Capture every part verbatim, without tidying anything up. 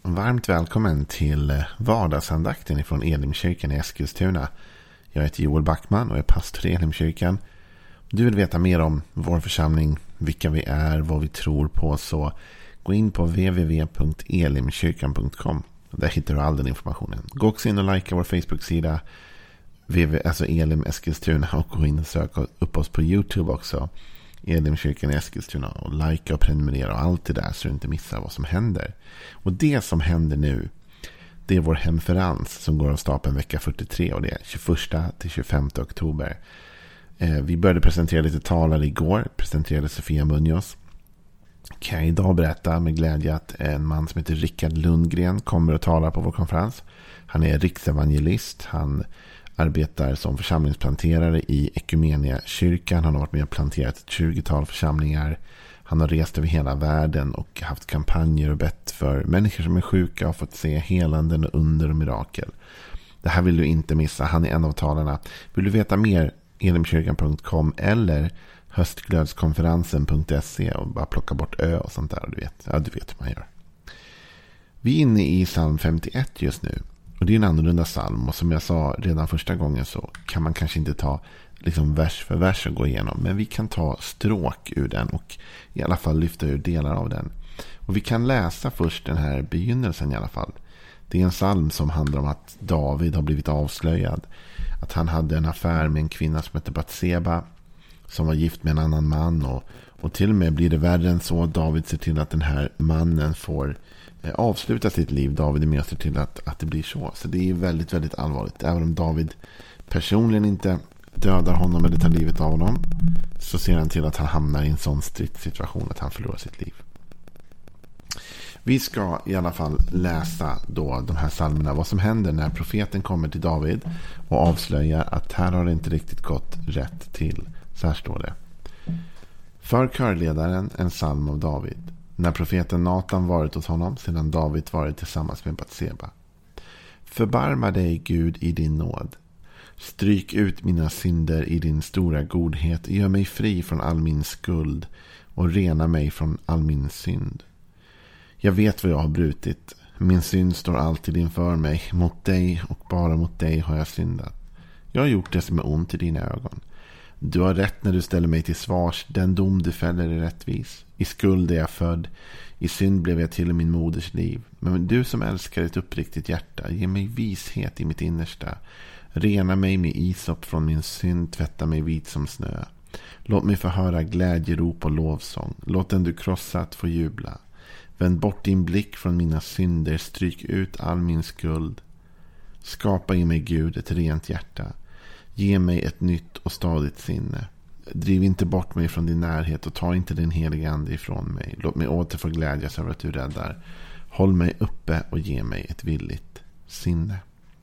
Varmt välkommen till vardagsandakten ifrån Elimkyrkan i Eskilstuna. Jag heter Joel Backman och är pastor i Elimkyrkan. Om du vill veta mer om vår församling, vilka vi är, vad vi tror på, så gå in på w w w punkt elimkyrkan punkt com. Där hittar du all den informationen. Gå också in och likea vår Facebook-sida, alltså Elim Eskilstuna, och gå in och söka upp oss på YouTube också. Elimkyrkan i Eskilstuna, och likea och prenumerera och allt det där så du inte missar vad som händer. Och det som händer nu, det är vår hemferens som går av stapeln vecka fyrtiotre, och det är tjugoförsta till tjugofemte oktober. Eh, vi började presentera lite talare igår, presenterade Sofia Munoz. Kan jag idag berätta med glädje att en man som heter Rickard Lundgren kommer att tala på vår konferens. Han är riksevangelist, han arbetar som församlingsplanterare i Ekumeniakyrkan. Han har varit med och planterat ett tjugotal församlingar. Han har rest över hela världen och haft kampanjer och bett för människor som är sjuka och fått se helanden och under och mirakel. Det här vill du inte missa. Han är en av talarna. Vill du veta mer, elimkyrkan punkt com eller höstglödskonferensen punkt se, och bara plocka bort ö och sånt där. Du vet, ja, du vet hur man gör. Vi är inne i psalm femtioett just nu. Och det är en annorlunda psalm, och som jag sa redan första gången så kan man kanske inte ta liksom vers för vers och gå igenom. Men vi kan ta stråk ur den och i alla fall lyfta ur delar av den. Och vi kan läsa först den här begynnelsen i alla fall. Det är en psalm som handlar om att David har blivit avslöjad. Att han hade en affär med en kvinna som heter Batseba, som var gift med en annan man. Och, och till och med blir det värre än så. David ser till att den här mannen får avsluta sitt liv. David är med och ser till att, att det blir så. Så det är väldigt, väldigt allvarligt. Även om David personligen inte dödar honom eller tar livet av honom, så ser han till att han hamnar i en sån stridssituation att han förlorar sitt liv. Vi ska i alla fall läsa då de här psalmerna. Vad som händer när profeten kommer till David och avslöjar att här har det inte riktigt gått rätt till. Så här står det. För körledaren en psalm av David. När profeten Natan varit hos honom sedan David varit tillsammans med Batseba. Förbarma dig, Gud, i din nåd. Stryk ut mina synder i din stora godhet. Gör mig fri från all min skuld och rena mig från all min synd. Jag vet vad jag har brutit. Min synd står alltid inför mig. Mot dig och bara mot dig har jag syndat. Jag har gjort det som är ont i dina ögon. Du har rätt när du ställer mig till svars. Den dom du fäller är rättvis. I skuld är jag född. I synd blev jag till i min moders liv. Men du som älskar ett uppriktigt hjärta, ge mig vishet i mitt innersta. Rena mig med isop från min synd. Tvätta mig vit som snö. Låt mig få höra glädjerop och lovsång. Låt den du krossat få jubla. Vänd bort din blick från mina synder. Stryk ut all min skuld. Skapa i mig, Gud, ett rent hjärta. Ge mig ett nytt och stadigt sinne. Driv inte bort mig från din närhet och ta inte din heliga ande ifrån mig. Låt mig åter få glädjas över att du räddar. Håll mig uppe och ge mig ett villigt sinne.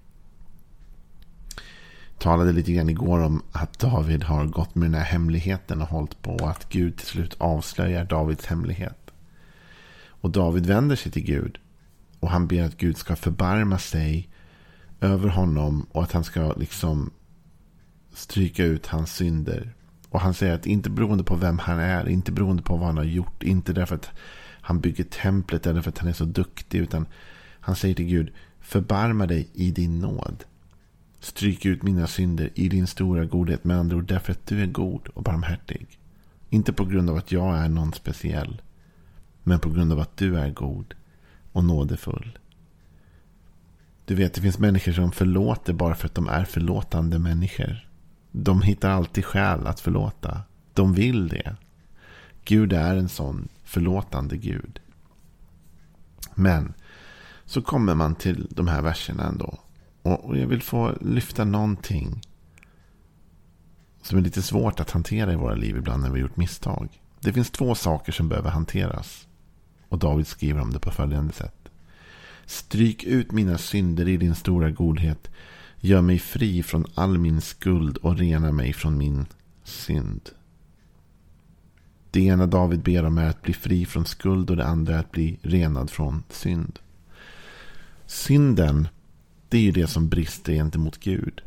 Jag talade lite grann igår om att David har gått med den här hemligheten och hållit på, att Gud till slut avslöjar Davids hemlighet. Och David vänder sig till Gud och han ber att Gud ska förbarma sig över honom och att han ska liksom stryka ut hans synder. Och han säger att inte beroende på vem han är, inte beroende på vad han har gjort, inte därför att han bygger templet eller för att han är så duktig, utan han säger till Gud: förbarma dig i din nåd. Stryk ut mina synder i din stora godhet, med andra ord därför att du är god och barmhärtig. Inte på grund av att jag är någon speciell, men på grund av att du är god och nådefull. Du vet, det finns människor som förlåter bara för att de är förlåtande människor. De hittar alltid skäl att förlåta. De vill det. Gud är en sån förlåtande Gud. Men så kommer man till de här verserna ändå. Och jag vill få lyfta någonting som är lite svårt att hantera i våra liv ibland när vi har gjort misstag. Det finns två saker som behöver hanteras. Och David skriver om det på följande sätt. Stryk ut mina synder i din stora godhet. Gör mig fri från all min skuld och rena mig från min synd. Det ena David ber om är att bli fri från skuld och det andra är att bli renad från synd. Synden, det är ju det som brister gentemot Gud.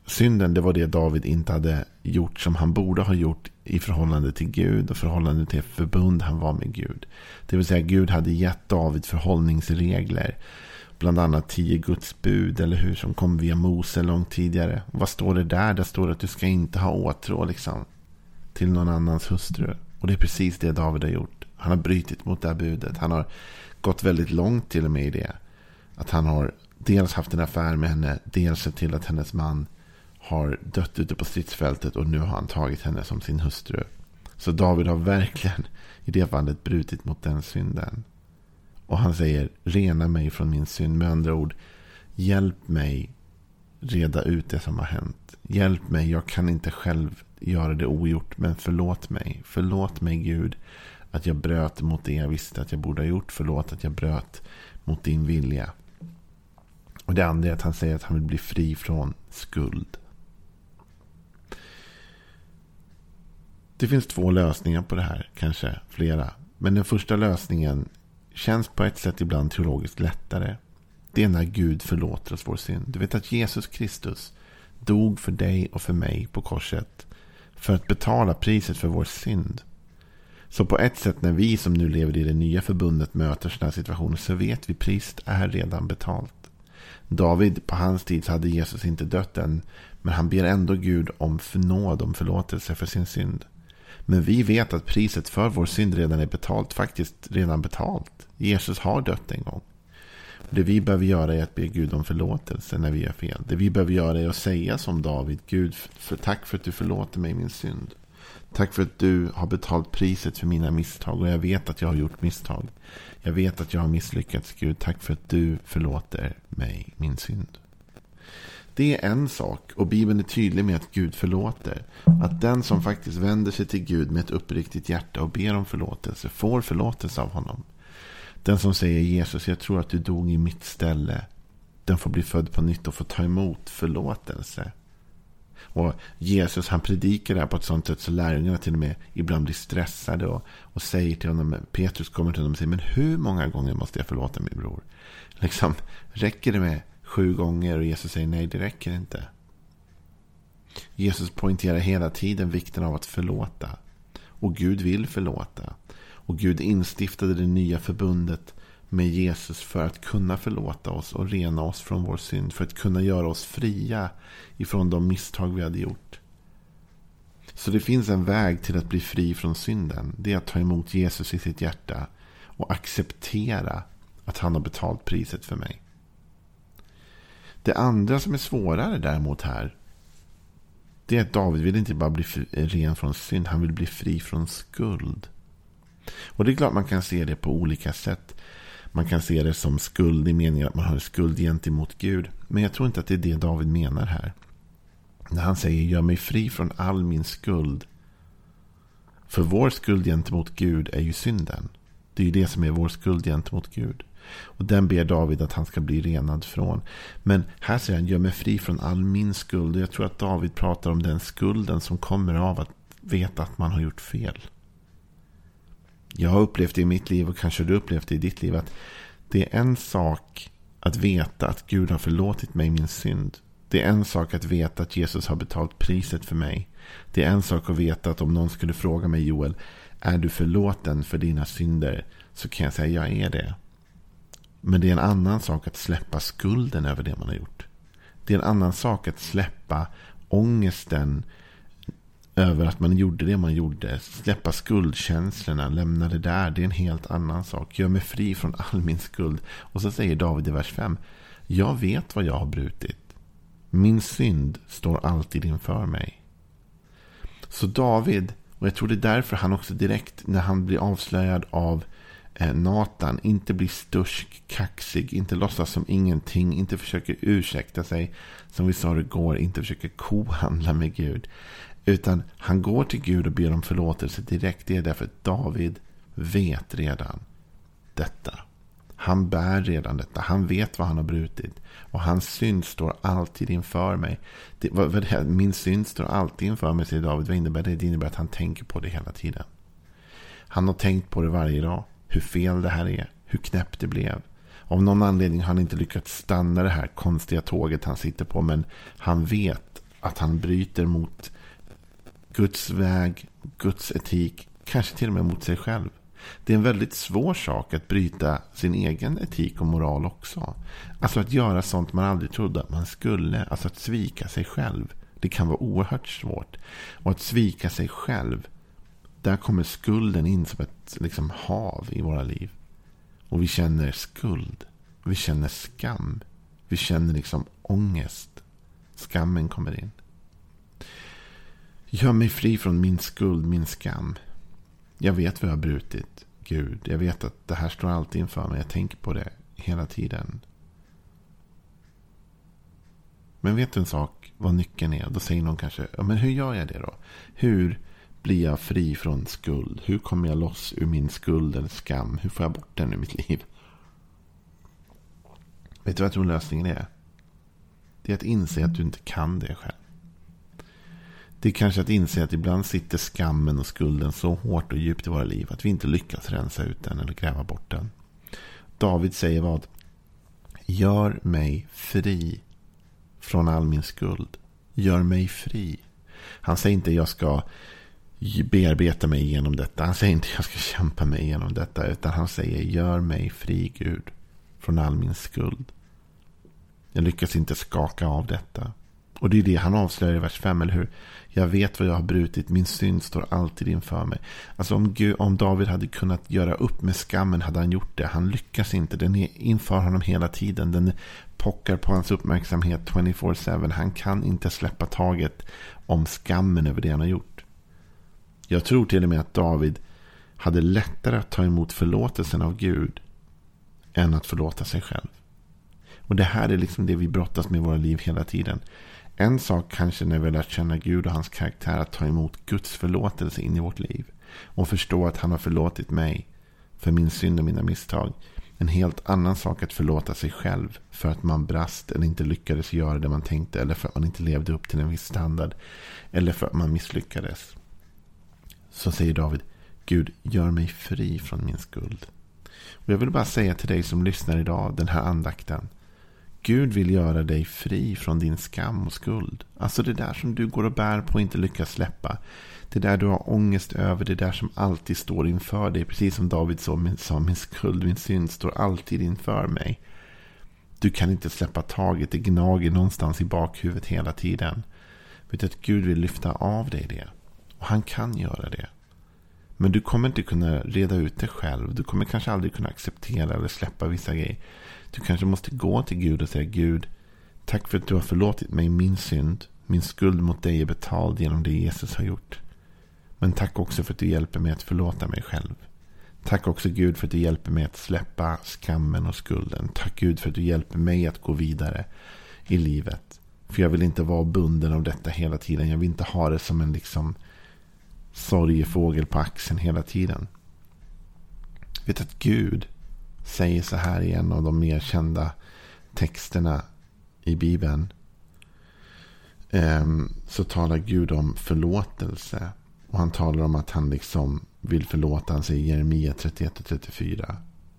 synden, det var det David inte hade gjort som han borde ha gjort i förhållande till Gud och förhållande till förbund han var med Gud. Det vill säga Gud hade gett David förhållningsregler. Bland annat tio Guds bud, eller hur, som kom via Mose långt tidigare. Och vad står det där? Där står det att du ska inte ha åtrå liksom, till någon annans hustru. Och det är precis det David har gjort. Han har brytit mot det här budet. Han har gått väldigt långt till och med i det. Att han har dels haft en affär med henne, dels sett till att hennes man har dött ute på stridsfältet och nu har han tagit henne som sin hustru. Så David har verkligen i det fallet brutit mot den synden. Och han säger, rena mig från min synd. Med andra ord, hjälp mig reda ut det som har hänt. Hjälp mig, jag kan inte själv göra det ogjort, men förlåt mig. Förlåt mig Gud att jag bröt mot det jag visste att jag borde ha gjort. Förlåt att jag bröt mot din vilja. Och det andra är att han säger att han vill bli fri från skuld. Det finns två lösningar på det här, kanske flera. Men den första lösningen känns på ett sätt ibland teologiskt lättare. Det är när Gud förlåter oss vår synd. Du vet att Jesus Kristus dog för dig och för mig på korset för att betala priset för vår synd. Så på ett sätt när vi som nu lever i det nya förbundet möter sådana här situationer så vet vi priset är redan betalt. David, på hans tid så hade Jesus inte dött än, men han ber ändå Gud om förnåd, om förlåtelse för sin synd. Men vi vet att priset för vår synd redan är betalt, faktiskt redan betalt. Jesus har dött en gång. Det vi behöver göra är att be Gud om förlåtelse när vi gör fel. Det vi behöver göra är att säga som David, Gud, för, tack för att du förlåter mig min synd. Tack för att du har betalt priset för mina misstag och jag vet att jag har gjort misstag. Jag vet att jag har misslyckats, Gud. Tack för att du förlåter mig min synd. Det är en sak, och Bibeln är tydlig med att Gud förlåter. Att den som faktiskt vänder sig till Gud med ett uppriktigt hjärta och ber om förlåtelse får förlåtelse av honom. Den som säger Jesus, jag tror att du dog i mitt ställe, den får bli född på nytt och få ta emot förlåtelse. Och Jesus, han predikar det här på ett sånt sätt så lärjungarna till och med ibland blir stressade och, och säger till honom, Petrus kommer till honom och säger, men hur många gånger måste jag förlåta min bror? Liksom, räcker det med sju gånger? Och Jesus säger, nej, det räcker inte. Jesus poängterar hela tiden vikten av att förlåta. Och Gud vill förlåta. Och Gud instiftade det nya förbundet med Jesus för att kunna förlåta oss och rena oss från vår synd. För att kunna göra oss fria ifrån de misstag vi hade gjort. Så det finns en väg till att bli fri från synden. Det är att ta emot Jesus i sitt hjärta och acceptera att han har betalt priset för mig. Det andra som är svårare däremot här, det är att David vill inte bara bli ren från synd, han vill bli fri från skuld. Och det är klart man kan se det på olika sätt. Man kan se det som skuld i meningen att man har skuld gentemot Gud. Men jag tror inte att det är det David menar här. När han säger, gör mig fri från all min skuld. För vår skuld gentemot Gud är ju synden. Det är ju det som är vår skuld gentemot Gud. Och den ber David att han ska bli renad från. Men här säger han, gör mig fri från all min skuld. Och jag tror att David pratar om den skulden som kommer av att veta att man har gjort fel. Jag har upplevt det i mitt liv och kanske du upplevt det i ditt liv, att det är en sak att veta att Gud har förlåtit mig min synd. Det är en sak att veta att Jesus har betalt priset för mig. Det är en sak att veta att om någon skulle fråga mig, Joel, är du förlåten för dina synder? Så kan jag säga, jag är det. Men det är en annan sak att släppa skulden över det man har gjort. Det är en annan sak att släppa ångesten över att man gjorde det man gjorde. Släppa skuldkänslorna, lämna det där. Det är en helt annan sak. Gör mig fri från all min skuld. Och så säger David i vers fem, jag vet vad jag har brutit. Min synd står alltid inför mig. Så David, och jag tror det är därför han också direkt när han blir avslöjad av eh, Natan inte blir stursk, kaxig, inte låtsas som ingenting, inte försöker ursäkta sig, som vi sa det går, inte försöker kohandla med Gud. Utan han går till Gud och ber om förlåtelse direkt. Det är därför att David vet redan detta. Han bär redan detta. Han vet vad han har brutit. Och hans synd står alltid inför mig. Det, vad, vad det, min synd står alltid inför mig, säger David. Vad innebär det? Det innebär att han tänker på det hela tiden. Han har tänkt på det varje dag. Hur fel det här är. Hur knäppt det blev. Av någon anledning har han inte lyckats stanna det här konstiga tåget han sitter på. Men han vet att han bryter mot Guds väg, Guds etik, kanske till och med mot sig själv. Det är en väldigt svår sak att bryta sin egen etik och moral också. Alltså att göra sånt man aldrig trodde att man skulle. Alltså att svika sig själv. Det kan vara oerhört svårt. Och att svika sig själv, där kommer skulden in som ett liksom, hav i våra liv. Och vi känner skuld. Vi känner skam. Vi känner liksom ångest. Skammen kommer in. Gör mig fri från min skuld, min skam. Jag vet vad jag har brutit, Gud. Jag vet att det här står alltid inför mig. Jag tänker på det hela tiden. Men vet du en sak, vad nyckeln är? Då säger någon kanske, ja, men hur gör jag det då? Hur blir jag fri från skuld? Hur kommer jag loss ur min skuld eller skam? Hur får jag bort den ur mitt liv? Vet du vad jag tror lösningen är? Det är att inse att du inte kan det själv. Det är kanske att inse att ibland sitter skammen och skulden så hårt och djupt i våra liv att vi inte lyckas rensa ut den eller gräva bort den. David säger vad? Gör mig fri från all min skuld. Gör mig fri. Han säger inte jag ska bearbeta mig igenom detta. Han säger inte jag ska kämpa mig igenom detta. Utan han säger gör mig fri, Gud, från all min skuld. Jag lyckas inte skaka av detta. Och det är det han avslöjar i vers fem, eller hur? Jag vet vad jag har brutit. Min synd står alltid inför mig. Alltså om, Gud, om David hade kunnat göra upp med skammen hade han gjort det. Han lyckas inte. Den är inför honom hela tiden. Den pockar på hans uppmärksamhet tjugofyra sju. Han kan inte släppa taget om skammen över det han har gjort. Jag tror till och med att David hade lättare att ta emot förlåtelsen av Gud än att förlåta sig själv. Och det här är liksom det vi brottas med i våra liv hela tiden. En sak kanske när vi har lärt känna Gud och hans karaktär att ta emot Guds förlåtelse in i vårt liv. Och förstå att han har förlåtit mig för min synd och mina misstag. En helt annan sak att förlåta sig själv för att man brast eller inte lyckades göra det man tänkte. Eller för att man inte levde upp till en viss standard. Eller för att man misslyckades. Så säger David, Gud, gör mig fri från min skuld. Och jag vill bara säga till dig som lyssnar idag, den här andakten. Gud vill göra dig fri från din skam och skuld. Alltså det där som du går och bär på och inte lyckas släppa. Det där du har ångest över, det där som alltid står inför dig. Precis som David sa, min skuld, min synd står alltid inför mig. Du kan inte släppa taget, det gnager någonstans i bakhuvudet hela tiden. Vet du att Gud vill lyfta av dig det. Och han kan göra det. Men du kommer inte kunna reda ut det själv. Du kommer kanske aldrig kunna acceptera eller släppa vissa grejer. Du kanske måste gå till Gud och säga, Gud, tack för att du har förlåtit mig min synd. Min skuld mot dig är betald genom det Jesus har gjort. Men tack också för att du hjälper mig att förlåta mig själv. Tack också Gud för att du hjälper mig att släppa skammen och skulden. Tack Gud för att du hjälper mig att gå vidare i livet. För jag vill inte vara bunden av detta hela tiden. Jag vill inte ha det som en liksom sorgefågel på axeln hela tiden. Vet att Gud säger så här i en av de mer kända texterna i Bibeln. Ehm, så talar Gud om förlåtelse. Och han talar om att han liksom vill förlåta. Han säger i Jeremia trettioett och trettiofyra.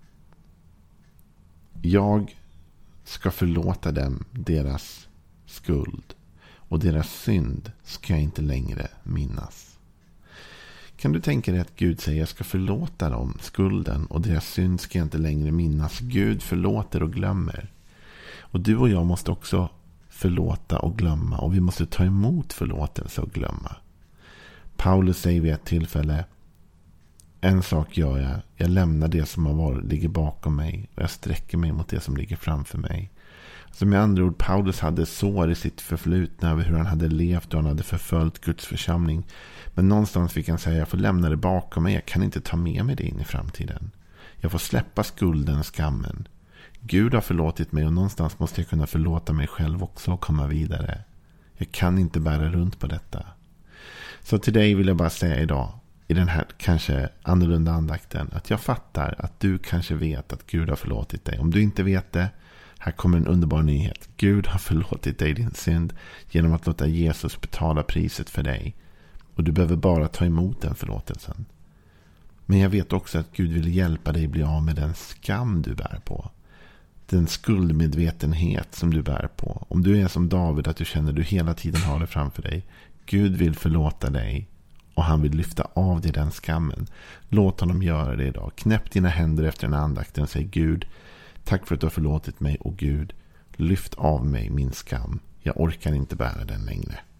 Jag ska förlåta dem deras skuld. Och deras synd ska jag inte längre minnas. Kan du tänka dig att Gud säger jag ska förlåta dem skulden och deras synd ska jag inte längre minnas. Gud förlåter och glömmer. Och du och jag måste också förlåta och glömma. Och vi måste ta emot förlåtelse och glömma. Paulus säger vid ett tillfälle, en sak gör jag. Jag lämnar det som har varit, ligger bakom mig. Och jag sträcker mig mot det som ligger framför mig. Så med andra ord, Paulus hade sår i sitt förflutna över hur han hade levt och han hade förföljt Guds församling. Men någonstans fick han säga, jag får lämna det bakom mig. Jag kan inte ta med mig det in i framtiden. Jag får släppa skulden och skammen. Gud har förlåtit mig och någonstans måste jag kunna förlåta mig själv också och komma vidare. Jag kan inte bära runt på detta. Så till dig vill jag bara säga idag, i den här kanske annorlunda andakten, att jag fattar att du kanske vet att Gud har förlåtit dig. Om du inte vet det, här kommer en underbar nyhet. Gud har förlåtit dig din synd genom att låta Jesus betala priset för dig. Och du behöver bara ta emot den förlåtelsen. Men jag vet också att Gud vill hjälpa dig bli av med den skam du bär på. den skuldmedvetenhet som du bär på. Om du är som David, att du känner att du hela tiden har det framför dig. Gud vill förlåta dig och han vill lyfta av dig den skammen. Låt honom göra det idag. Knäpp dina händer efter den andakten och säg: Gud, tack för att du har förlåtit mig, och Gud, lyft av mig min skam. Jag orkar inte bära den längre.